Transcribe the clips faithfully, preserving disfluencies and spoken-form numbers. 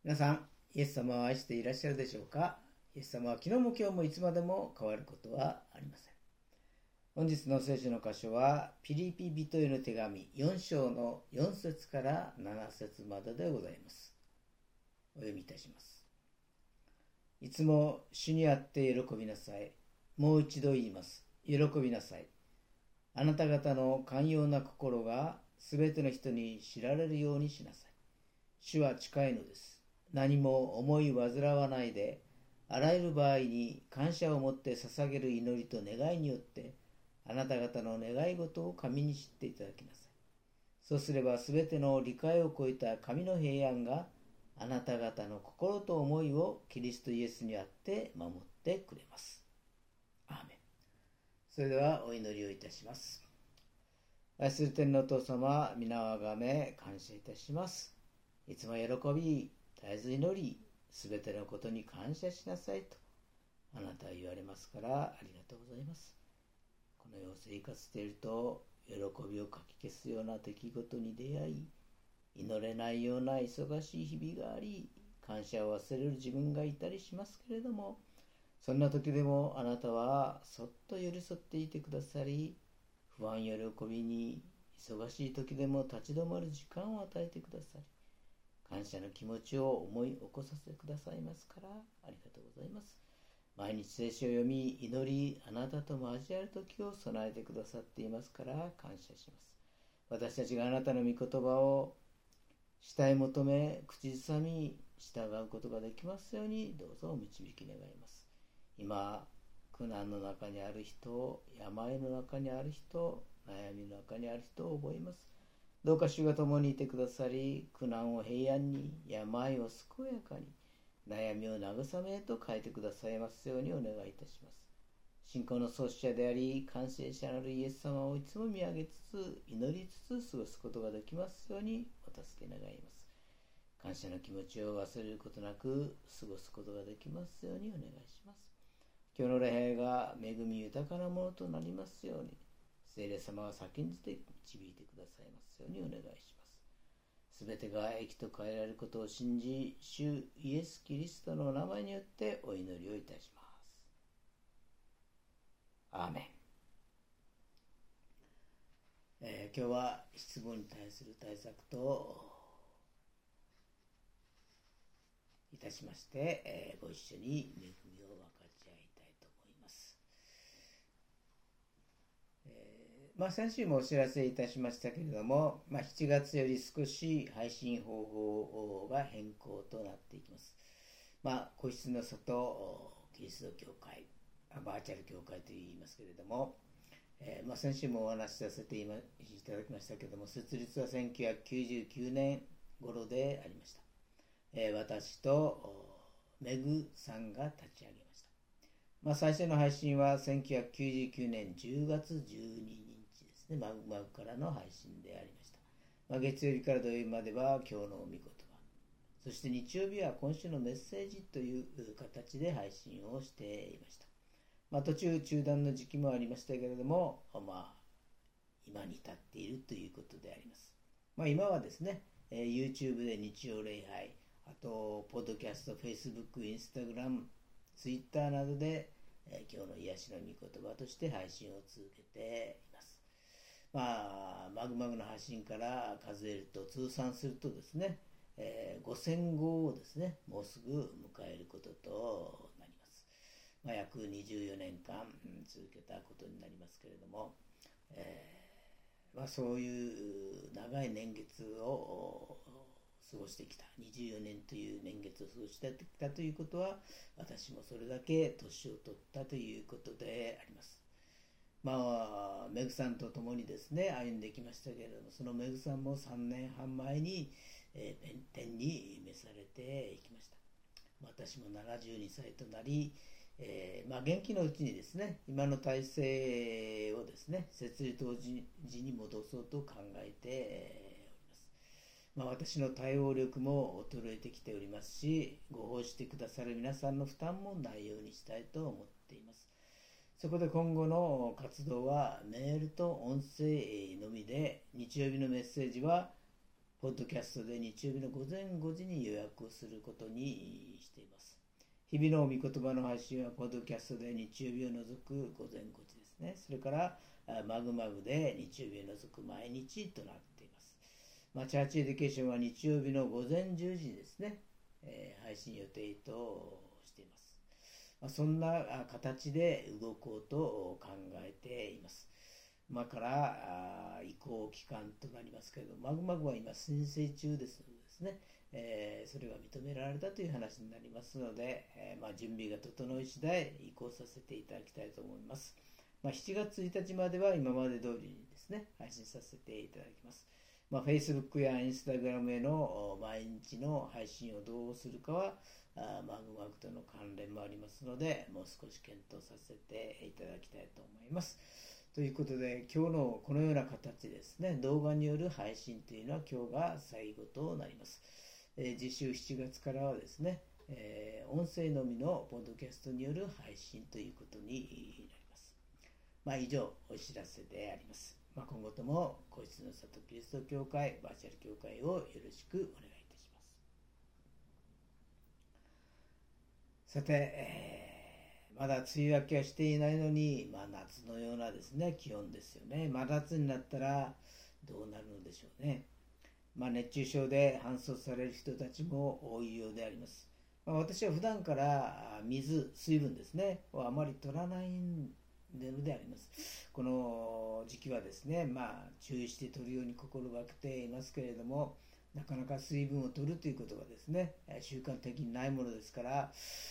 皆さん、イエス様を愛していらっしゃるでしょうか。イエス様は昨日も今日もいつまでも変わることはありません。本日の聖書の箇所はピリピ人への手紙よん章のよん節からなな節まででございます。お読みいたします。いつも主にあって喜びなさい。もう一度言います。喜びなさい。あなた方の寛容な心がすべての人に知られるようにしなさい。主は近いのです。何も思い煩わないで、あらゆる場合に感謝を持って捧げる祈りと願いによって、あなた方の願い事を神に知っていただきなさい。そうすればすべての理解を超えた神の平安があなた方の心と思いをキリストイエスにあって守ってくれます。アーメン。それではお祈りをいたします。愛する天のお父様、皆をあがめ感謝いたします。いつも喜び、絶えず祈り、すべてのことに感謝しなさいとあなたは言われますからありがとうございます。この世を生活していると喜びをかき消すような出来事に出会い、祈れないような忙しい日々があり、感謝を忘れる自分がいたりしますけれども、そんな時でもあなたはそっと寄り添っていてくださり、不安や喜びに忙しい時でも立ち止まる時間を与えてくださり、感謝の気持ちを思い起こさせてくださいますからありがとうございます。毎日聖書を読み、祈り、あなたと交わる時を備えてくださっていますから感謝します。私たちがあなたの御言葉を慕い求め、口ずさみ、従うことができますようにどうぞお導き願います。今、苦難の中にある人、病の中にある人、悩みの中にある人を覚えます。どうか主が共にいてくださり、苦難を平安に、病を健やかに、悩みを慰めへと変えてくださいますようにお願いいたします。信仰の創始者であり、完成者なるイエス様をいつも見上げつつ、祈りつつ過ごすことができますようにお助け願います。感謝の気持ちを忘れることなく過ごすことができますようにお願いします。今日の礼拝が恵み豊かなものとなりますように、聖霊様が先んじて導いてくださいますようにお願いします。すべてが益と変えられることを信じ、主イエス・キリストの名前によってお祈りをいたします。アーメン。えー、今日は失望に対する対策といたしまして、えー、ご一緒に恵みを分かち合いたいと思います。えーまあ、先週もお知らせいたしましたけれども、まあ、しちがつより少し配信方法が変更となっていきます。まあ、個室の外キリスト教会、バーチャル教会といいますけれども、えーまあ、先週もお話しさせていただきましたけれども、設立はせんきゅうひゃくきゅうじゅうきゅうねん頃でありました。えー、私とメグさんが立ち上げました。まあ、最初の配信はせんきゅうひゃくきゅうじゅうきゅうねんじゅうがつじゅうににちですね、マグマグからの配信でありました。まあ、月曜日から土曜日までは今日の御言葉、そして日曜日は今週のメッセージという形で配信をしていました。まあ、途中中断の時期もありましたけれども、まあ、今に至っているということであります。まあ、今はですね、えー、YouTube で日曜礼拝、あと、ポッドキャスト、Facebook、Instagram、Twitter などで、えー、今日の癒しの御言葉として配信を続けています。まあ、マグマグの配信から数えると、通算するとですね、えー、ごせんごうをですね、もうすぐ迎えることとなります。まあ、約にじゅうよねんかん続けたことになりますけれども、えーまあ、そういう長い年月を過ごしてきた、にじゅうよねんという年月を過ごしてきたということは、私もそれだけ年を取ったということであります。まあ、メグさんと共にですね、歩んできましたけれども、そのメグさんもさんねんはん前に、えー、天に召されていきました。私もななじゅうにさいとなり、えーまあ、元気のうちにですね、今の体制をですね、設立時に戻そうと考えております。まあ、私の対応力も衰えてきておりますし、ご奉仕してくださる皆さんの負担もないようにしたいと思っています。そこで今後の活動はメールと音声のみで、日曜日のメッセージはポッドキャストで日曜日の午前ごじに予約をすることにしています。日々の御言葉の配信はポッドキャストで日曜日を除く午前ごじですね。それからマグマグで日曜日を除く毎日となっています。まあ、チャーチエデュケーションは日曜日の午前じゅうじですね、えー、配信予定としています。まあ、そんな形で動こうと考えています。今から移行期間となりますけれども、マグマグは今申請中ですのでですね、えー、それが認められたという話になりますので、えーまあ、準備が整い次第移行させていただきたいと思います。まあ、しちがつついたちまでは今まで通りにですね、配信させていただきます。まあ、Facebook や Instagram への毎日の配信をどうするかは、あマグマグとの関連もありますので、もう少し検討させていただきたいと思います。ということで、今日のこのような形ですね、動画による配信というのは今日が最後となります。えー、次週しちがつからはですね、えー、音声のみのポッドキャストによる配信ということになります。まあ、以上、お知らせであります。まあ、今後とも、子羊の里キリスト教会、バーチャル教会をよろしくお願いいたします。さて、えー、まだ梅雨明けはしていないのに、まあ、夏のようなですね、気温ですよね。真夏になったらどうなるのでしょうね。まあ、熱中症で搬送される人たちも多いようであります。まあ、私は普段から水、水分ですね、をあまり取らないのであります。この時期はですね、まあ、注意して取るように心がけていますけれども、なかなか水分を取るということがですね、習慣的にないものですから、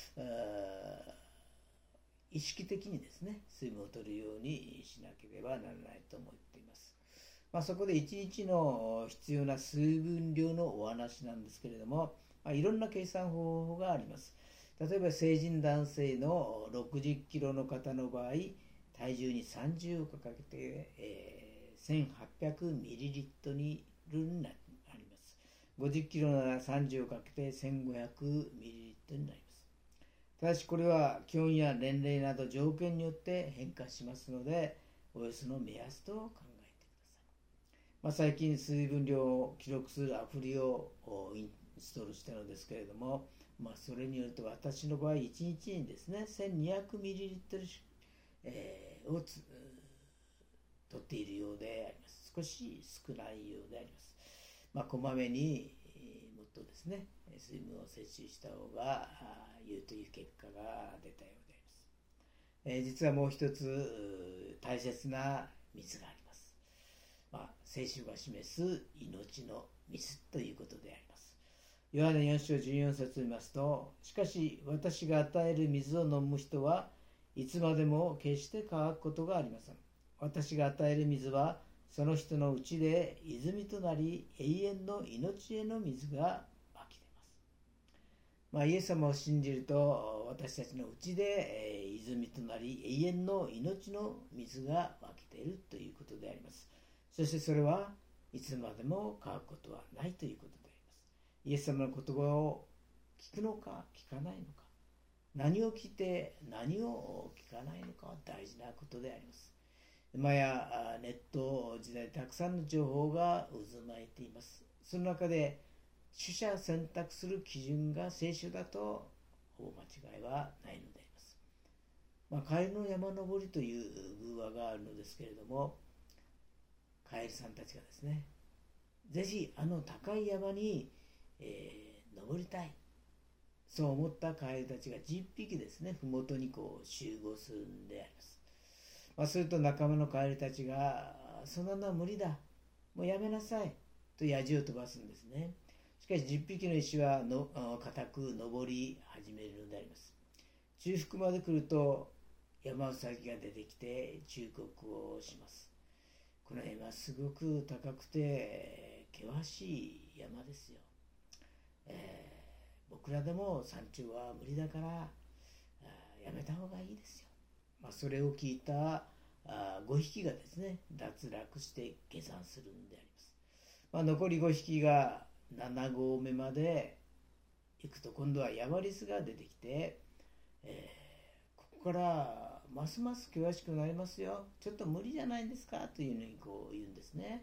意識的にですね、水分を取るようにしなければならないと思っています。まあ、そこでいちにちの必要な水分量のお話なんですけれども、まあ、いろんな計算方法があります。例えば成人男性のろくじゅっキロの方の場合、体重にさんじゅうをかけて、えー、せんはっぴゃくミリリットルになります。ごじゅっキロならさんじゅうをかけてせんごひゃくミリリットルになります。ただしこれは気温や年齢など条件によって変化しますので、およその目安と考えてください。まあ、最近水分量を記録するアプリをインストールしたのですけれども、まあ、それによると私の場合いちにちにですね せんにひゃくミリリットル、えー、をつ取っているようであります。少し少ないようであります。まあ、こまめに、えー、もっとですね水分を摂取した方が良いという結果が出たようであります。えー、実はもう一つ大切な水があります。まあ、聖書が示す命の水ということであります。ヨハネよん章じゅうよん節を見ますと、しかし私が与える水を飲む人はいつまでも決して乾くことがありません。私が与える水はその人のうちで泉となり、永遠の命への水が湧き出ます。まあ、イエス様を信じると私たちのうちで泉となり、永遠の命の水が湧き出るということであります。そしてそれはいつまでも乾くことはないということであります。イエス様の言葉を聞くのか聞かないのか、何を聞いて何を聞かないのかは大事なことであります。今やネット時代たくさんの情報が渦巻いています。その中で取捨選択する基準が聖書だとほぼ間違いはないのであります。まあ、カエルの山登りという寓話があるのですけれども、カエルさんたちがですね、ぜひあの高い山に、えー、登りたい、そう思ったカエルたちがじゅっぴきですね、ふもとにこう集合するんであります。まあ、すると仲間のカエルたちが、そんなのは無理だ、もうやめなさいとやじを飛ばすんですね。しかしじゅっぴきの石はの固く登り始めるのであります。中腹まで来ると山ウサギが出てきて忠告をします。この山すごく高くて険しい山ですよ。えー、僕らでも山頂は無理だからやめた方がいいですよ。まあ、それを聞いたあごひきがですね脱落して下山するんであります。まあ、残りごひきがなな合目まで行くと今度はヤマリスが出てきて、えー、ここからますます険しくなりますよ、ちょっと無理じゃないですかというのにこう言うんですね。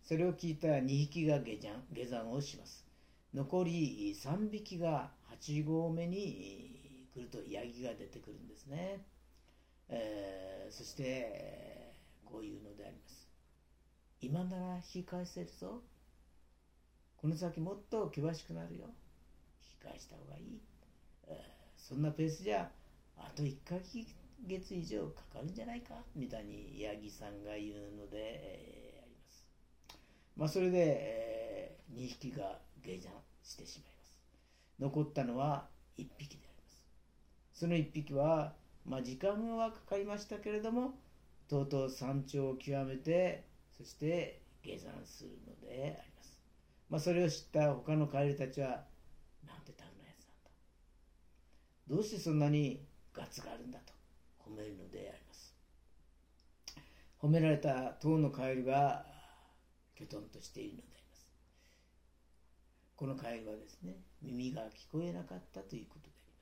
それを聞いたにひきが下山、下山をします。残りさんびきがはち合目に来るとヤギが出てくるんですね。えー、そしてこういうのであります。今なら引き返せるぞ。この先もっと険しくなるよ。引き返した方がいい。えー、そんなペースじゃあといっかげつ以上かかるんじゃないかみたいにヤギさんが言うので、えー、あります。まあそれで、えー、にひきが下山してしまいます。残ったのはいっぴきであります。そのいっぴきは、まあ、時間はかかりましたけれども、とうとう山頂を極めて、そして下山するのであります。まあ、それを知った他のカエルたちは、なんてタフなやつなんだ。どうしてそんなにガッツがあるんだと褒めるのであります。褒められた当のカエルがきょとんとしているのであります。このカエルはですね、耳が聞こえなかったということであります。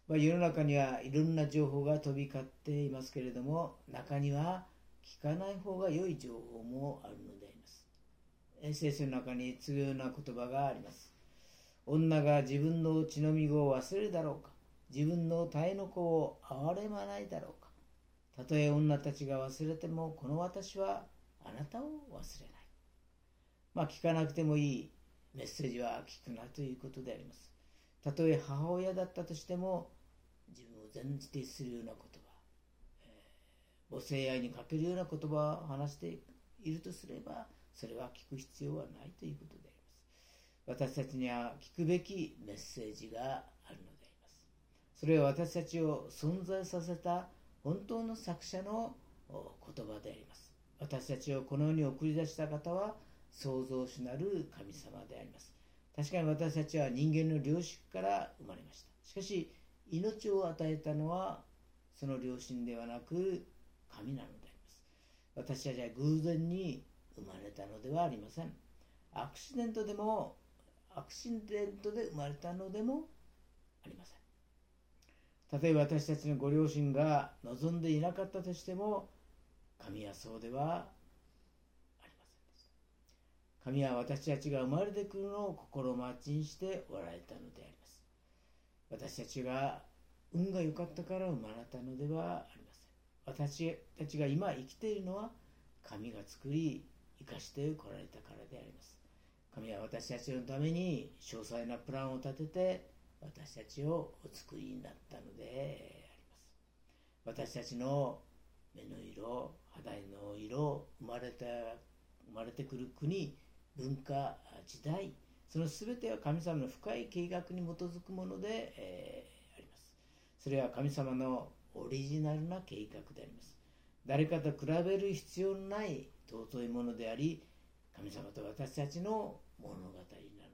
まあ、世の中にはいろんな情報が飛び交っていますけれども、中には聞かない方が良い情報もあるのであります。聖書の中に次のような言葉があります。女が自分の血のみ子を忘れるだろうか。自分の体の子を憐れまないだろうか。たとえ女たちが忘れても、この私はあなたを忘れない。まあ、聞かなくてもいいメッセージは聞くなということであります。たとえ母親だったとしても、自分を全否定するような言葉、えー、母性愛に欠けるような言葉を話しているとすれば、それは聞く必要はないということであります。私たちには聞くべきメッセージがあるのであります。それは私たちを存在させた本当の作者の言葉であります。私たちをこの世に送り出した方は創造主なる神様であります。確かに私たちは人間の良識から生まれました。しかし命を与えたのはその良心ではなく神なのであります。私たちは偶然に生まれたのではありません。アクシデントでもアクシデントで生まれたのでもありません。例えば私たちのご両親が望んでいなかったとしても、神はそうではありませんでした。神は私たちが生まれてくるのを心待ちにしておられたのであります。私たちが運が良かったから生まれたのではありません。私たちが今生きているのは神が作り生かしてこられたからであります。神は私たちのために詳細なプランを立てて私たちをお作りになったのであります。私たちの目の色、肌の色、生まれた生まれてくる国、文化、時代、その全ては神様の深い計画に基づくもので、えー、あります。それは神様のオリジナルな計画であります。誰かと比べる必要のない尊いものであり、神様と私たちの物語なのであります。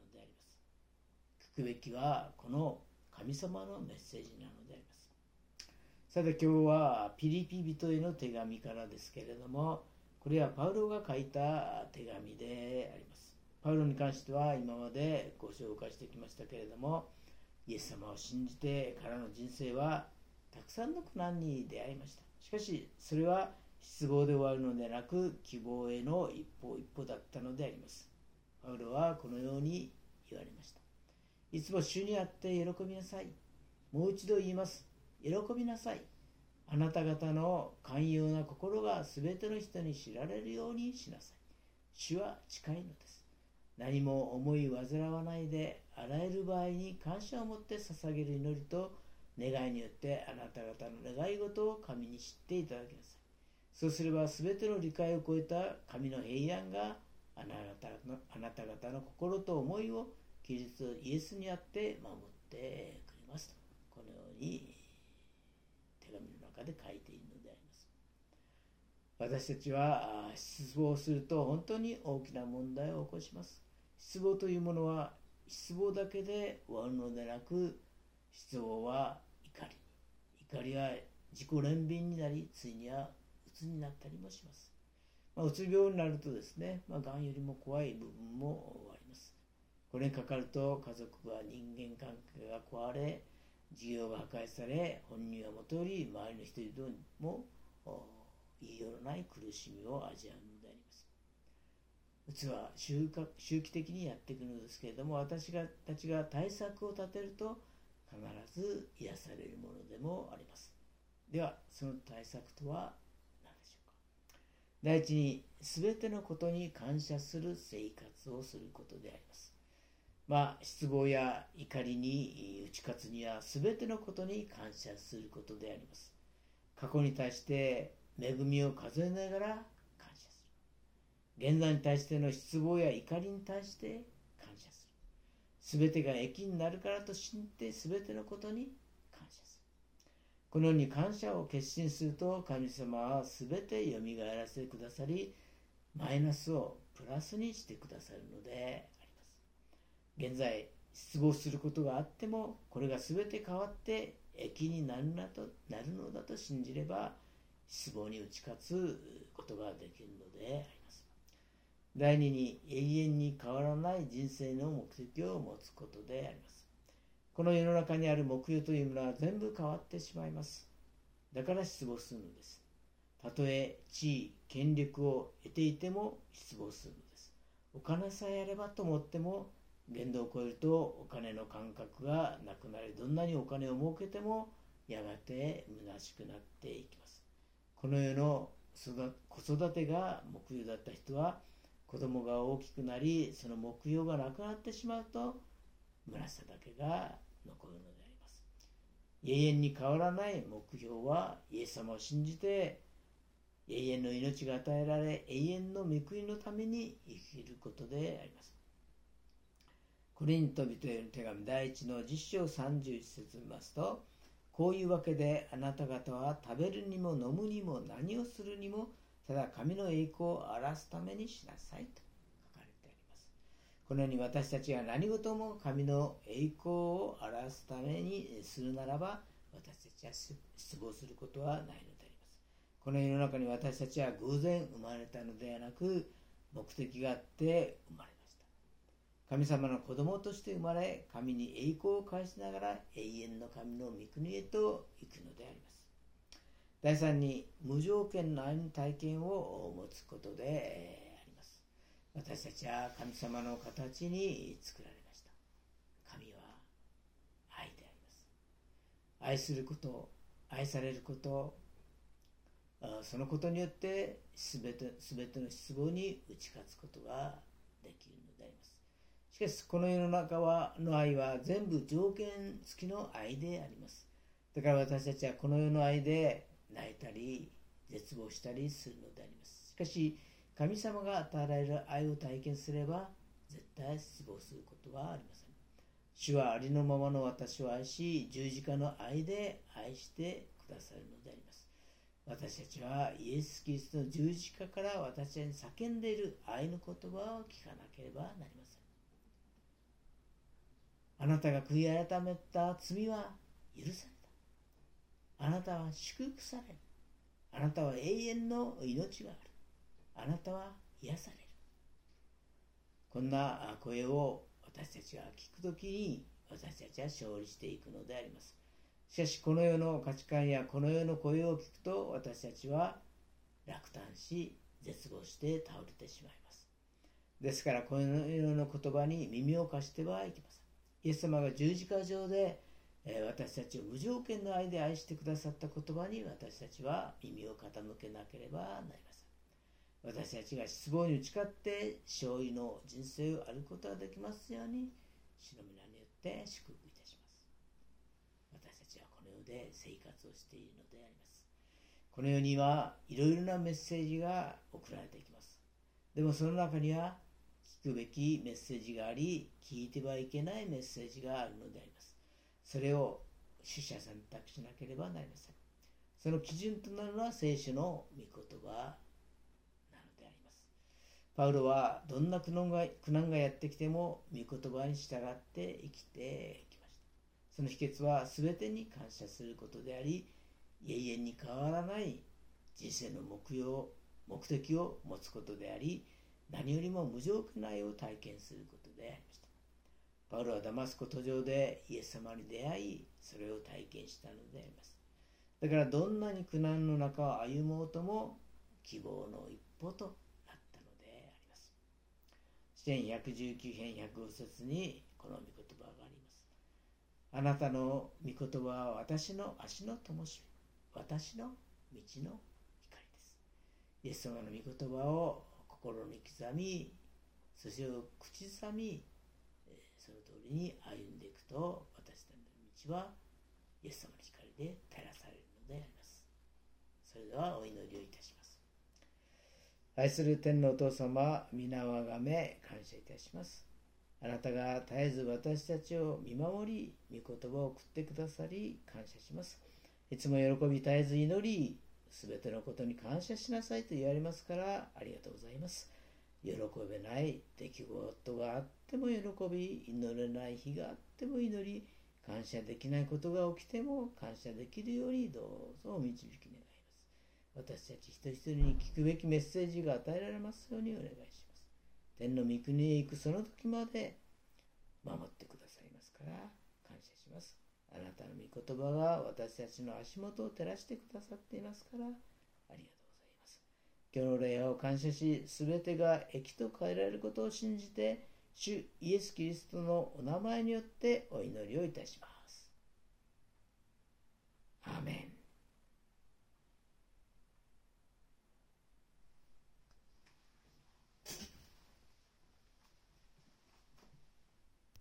聞くべきはこの神様のメッセージなのであります。さて今日はピリピ人への手紙からですけれども、これはパウロが書いた手紙であります。パウロに関しては今までご紹介してきましたけれども、イエス様を信じてからの人生はたくさんの苦難に出会いました。しかしそれは失望で終わるのではなく、希望への一歩一歩だったのであります。パウロはこのように言われました。いつも主にあって喜びなさい。もう一度言います。喜びなさい。あなた方の寛容な心がすべての人に知られるようにしなさい。主は近いのです。何も思い煩わないで、あらゆる場合に感謝を持って捧げる祈りと願いによってあなた方の願い事を神に知っていただきなさい。そうすればすべての理解を超えた神の平安があなたの、あなた方の心と思いをキリストイエスにあって守ってくれますと、このように手紙の中で書いているのであります。私たちは失望すると本当に大きな問題を起こします。失望というものは失望だけで終わるのでなく、失望は怒り、怒りは自己憐憫になり、ついにはうつになったりもします。まあ、うつ病になるとですね、まあ、がんよりも怖い部分もあります。これにかかると家族は人間関係が壊れ、事業が破壊され、本人はもとより周りの人々も言いようのない苦しみを味わうのであります。 うつは周周期的にやってくるのですけれども、私がたちが対策を立てると必ず癒されるものでもあります。ではその対策とは何でしょうか。第一に、すべてのことに感謝する生活をすることであります。まあ、失望や怒りに打ち勝つにはすべてのことに感謝することであります。過去に対して恵みを数えながら感謝する。現在に対しての失望や怒りに対して感謝する。すべてが益になるからと信じてすべてのことに感謝する。このように感謝を決心すると、神様はすべてよみがえらせてくださり、マイナスをプラスにしてくださるのであります。現在失望することがあっても、これがすべて変わって益になるなとなるのだと信じれば、失望に打ち勝つことができるのであります。第二に、永遠に変わらない人生の目的を持つことであります。この世の中にある目標というものは全部変わってしまいます。だから失望するのです。たとえ地位、権力を得ていても失望するのです。お金さえあればと思っても、限度を超えるとお金の感覚がなくなり、どんなにお金を儲けてもやがて虚しくなっていきます。この世の子育てが目標だった人は、子供が大きくなり、その目標がなくなってしまうと、虚しさだけが残るのであります。永遠に変わらない目標は、イエス様を信じて永遠の命が与えられ、永遠の御国のために生きることであります。コリント人への手紙第一のじゅっ章さんじゅういち節を見ますと、こういうわけであなた方は食べるにも飲むにも何をするにも、ただ神の栄光を表すためにしなさいと書かれてあります。このように私たちが何事も神の栄光を表すためにするならば、私たちは失望することはないのであります。この世の中に私たちは偶然生まれたのではなく、目的があって生まれました。神様の子供として生まれ、神に栄光を返しながら永遠の神の御国へと行くのであります。第三に、無条件の愛の体験を持つことであります。私たちは神様の形に作られました。神は愛であります。愛すること、愛されること、そのことによってすべて、すべての失望に打ち勝つことができるのであります。しかしこの世の中はの愛は全部条件付きの愛であります。だから私たちはこの世の愛で泣いたり絶望したりするのであります。しかし神様が与えられる愛を体験すれば絶対失望することはありません。主はありのままの私を愛し、十字架の愛で愛してくださるのであります。私たちはイエス・キリストの十字架から私たちに叫んでいる愛の言葉を聞かなければなりません。あなたが悔い改めた罪は許された。あなたは祝福される。あなたは永遠の命がある。あなたは癒される。こんな声を私たちが聞くときに、私たちは勝利していくのであります。しかしこの世の価値観やこの世の声を聞くと、私たちは落胆し絶望して倒れてしまいます。ですからこの世の言葉に耳を貸してはいけません。イエス様が十字架上で私たちを無条件の愛で愛してくださった言葉に、私たちは耳を傾けなければなりません。私たちが失望に打ち勝って勝利の人生を歩くことができますように、主の皆によって祝福いたします。私たちはこの世で生活をしているのであります。この世にはいろいろなメッセージが送られてきます。でもその中には聞くべきメッセージがあり、聞いてはいけないメッセージがあるのであります。それを取捨選択しなければなりません。その基準となるのは聖書の御言葉なのであります。パウロはどんな苦難が、苦難がやってきても御言葉に従って生きてきました。その秘訣は全てに感謝することであり、永遠に変わらない人生の目標、目的を持つことであり、何よりも無条件の愛を体験することでありました。パウロはダマスコ途上でイエス様に出会い、それを体験したのであります。だからどんなに苦難の中を歩もうとも希望の一歩となったのであります。 詩編ひゃくじゅうきゅう編ひゃくご節にこの御言葉があります。あなたの御言葉は私の足の灯火、私の道の光です。イエス様の御言葉を心に刻み、そして口ずさみ、その通りに歩んでいくと、私たちの道はイエス様の光で照らされるのであります。それではお祈りをいたします。愛する天のお父様、皆をあがめ感謝いたします。あなたが絶えず私たちを見守り、御言葉を送ってくださり感謝します。いつも喜び絶えず祈り、すべてのことに感謝しなさいと言われますからありがとうございます。喜べない出来事があっても喜び、祈れない日があっても祈り、感謝できないことが起きても感謝できるようにどうぞお導き願います。私たち一人一人に聞くべきメッセージが与えられますようにお願いします。天の御国へ行くその時まで守ってくださいますから感謝します。あなたの御言葉が私たちの足元を照らしてくださっていますからありがとうございます。今日の礼拝を感謝し、すべてが益と変えられることを信じて、主イエス・キリストのお名前によってお祈りをいたします。アーメン。